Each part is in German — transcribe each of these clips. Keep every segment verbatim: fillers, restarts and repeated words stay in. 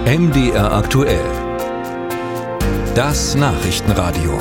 M D R aktuell. Das Nachrichtenradio.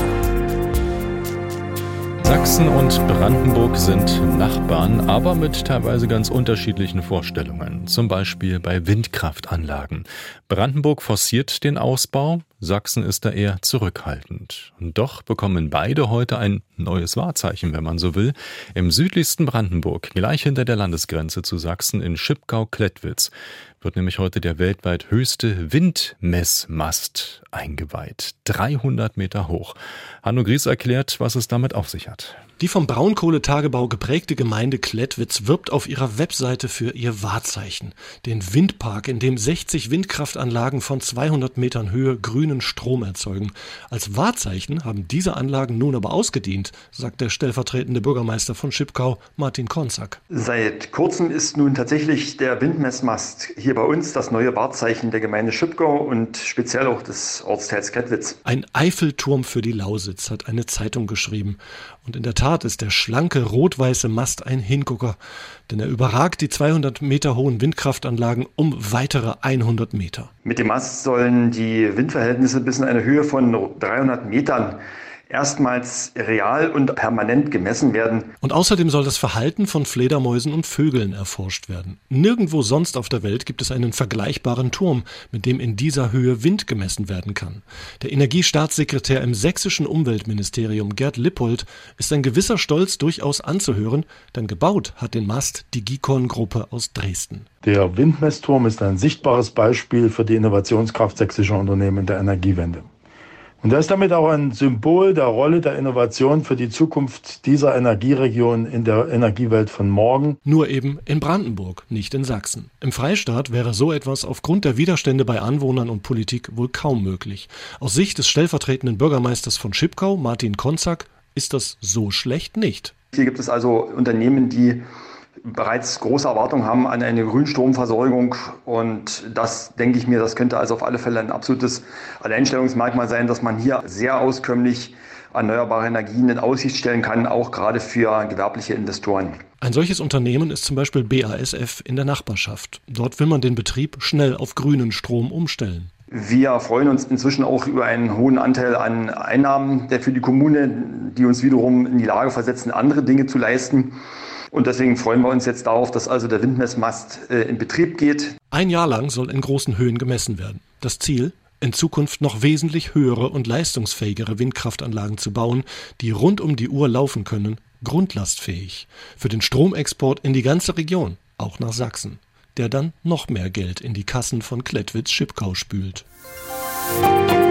Sachsen und Brandenburg sind Nachbarn, aber mit teilweise ganz unterschiedlichen Vorstellungen. Zum Beispiel bei Windkraftanlagen. Brandenburg forciert den Ausbau, Sachsen ist da eher zurückhaltend. Und doch bekommen beide heute ein neues Wahrzeichen, wenn man so will. Im südlichsten Brandenburg, gleich hinter der Landesgrenze zu Sachsen in Schipkau-Klettwitz, wird nämlich heute der weltweit höchste Windmessmast eingeweiht. dreihundert Meter hoch. Hanno Gries erklärt, was es damit auf sich hat. Die vom Braunkohletagebau geprägte Gemeinde Klettwitz wirbt auf ihrer Webseite für ihr Wahrzeichen, den Windpark, in dem sechzig Windkraftanlagen von zweihundert Metern Höhe grünen Strom erzeugen. Als Wahrzeichen haben diese Anlagen nun aber ausgedient, sagt der stellvertretende Bürgermeister von Schipkau, Martin Konzak. Seit kurzem ist nun tatsächlich der Windmessmast hier bei uns das neue Wahrzeichen der Gemeinde Schipkau und speziell auch des Ortsteils Klettwitz. Ein Eiffelturm für die Lausitz, hat eine Zeitung geschrieben. Und in der Tat ist der schlanke rot-weiße Mast ein Hingucker, denn er überragt die zweihundert Meter hohen Windkraftanlagen um weitere hundert Meter. Mit dem Mast sollen die Windverhältnisse bis in eine Höhe von dreihundert Metern erstmals real und permanent gemessen werden. Und außerdem soll das Verhalten von Fledermäusen und Vögeln erforscht werden. Nirgendwo sonst auf der Welt gibt es einen vergleichbaren Turm, mit dem in dieser Höhe Wind gemessen werden kann. Der Energiestaatssekretär im sächsischen Umweltministerium Gerd Lippold ist ein gewisser Stolz durchaus anzuhören, denn gebaut hat den Mast die Gikon-Gruppe aus Dresden. Der Windmessturm ist ein sichtbares Beispiel für die Innovationskraft sächsischer Unternehmen in der Energiewende. Und er ist damit auch ein Symbol der Rolle der Innovation für die Zukunft dieser Energieregion in der Energiewelt von morgen. Nur eben in Brandenburg, nicht in Sachsen. Im Freistaat wäre so etwas aufgrund der Widerstände bei Anwohnern und Politik wohl kaum möglich. Aus Sicht des stellvertretenden Bürgermeisters von Schipkau, Martin Konzak, ist das so schlecht nicht. Hier gibt es also Unternehmen, die bereits große Erwartungen haben an eine Grünstromversorgung, und das, denke ich mir, das könnte also auf alle Fälle ein absolutes Alleinstellungsmerkmal sein, dass man hier sehr auskömmlich erneuerbare Energien in Aussicht stellen kann, auch gerade für gewerbliche Investoren. Ein solches Unternehmen ist zum Beispiel B A S F in der Nachbarschaft. Dort will man den Betrieb schnell auf grünen Strom umstellen. Wir freuen uns inzwischen auch über einen hohen Anteil an Einnahmen der für die Kommune, die uns wiederum in die Lage versetzen, andere Dinge zu leisten. Und deswegen freuen wir uns jetzt darauf, dass also der Windmessmast äh, in Betrieb geht. Ein Jahr lang soll in großen Höhen gemessen werden. Das Ziel? In Zukunft noch wesentlich höhere und leistungsfähigere Windkraftanlagen zu bauen, die rund um die Uhr laufen können, grundlastfähig. Für den Stromexport in die ganze Region, auch nach Sachsen, der dann noch mehr Geld in die Kassen von Klettwitz-Schipkau spült.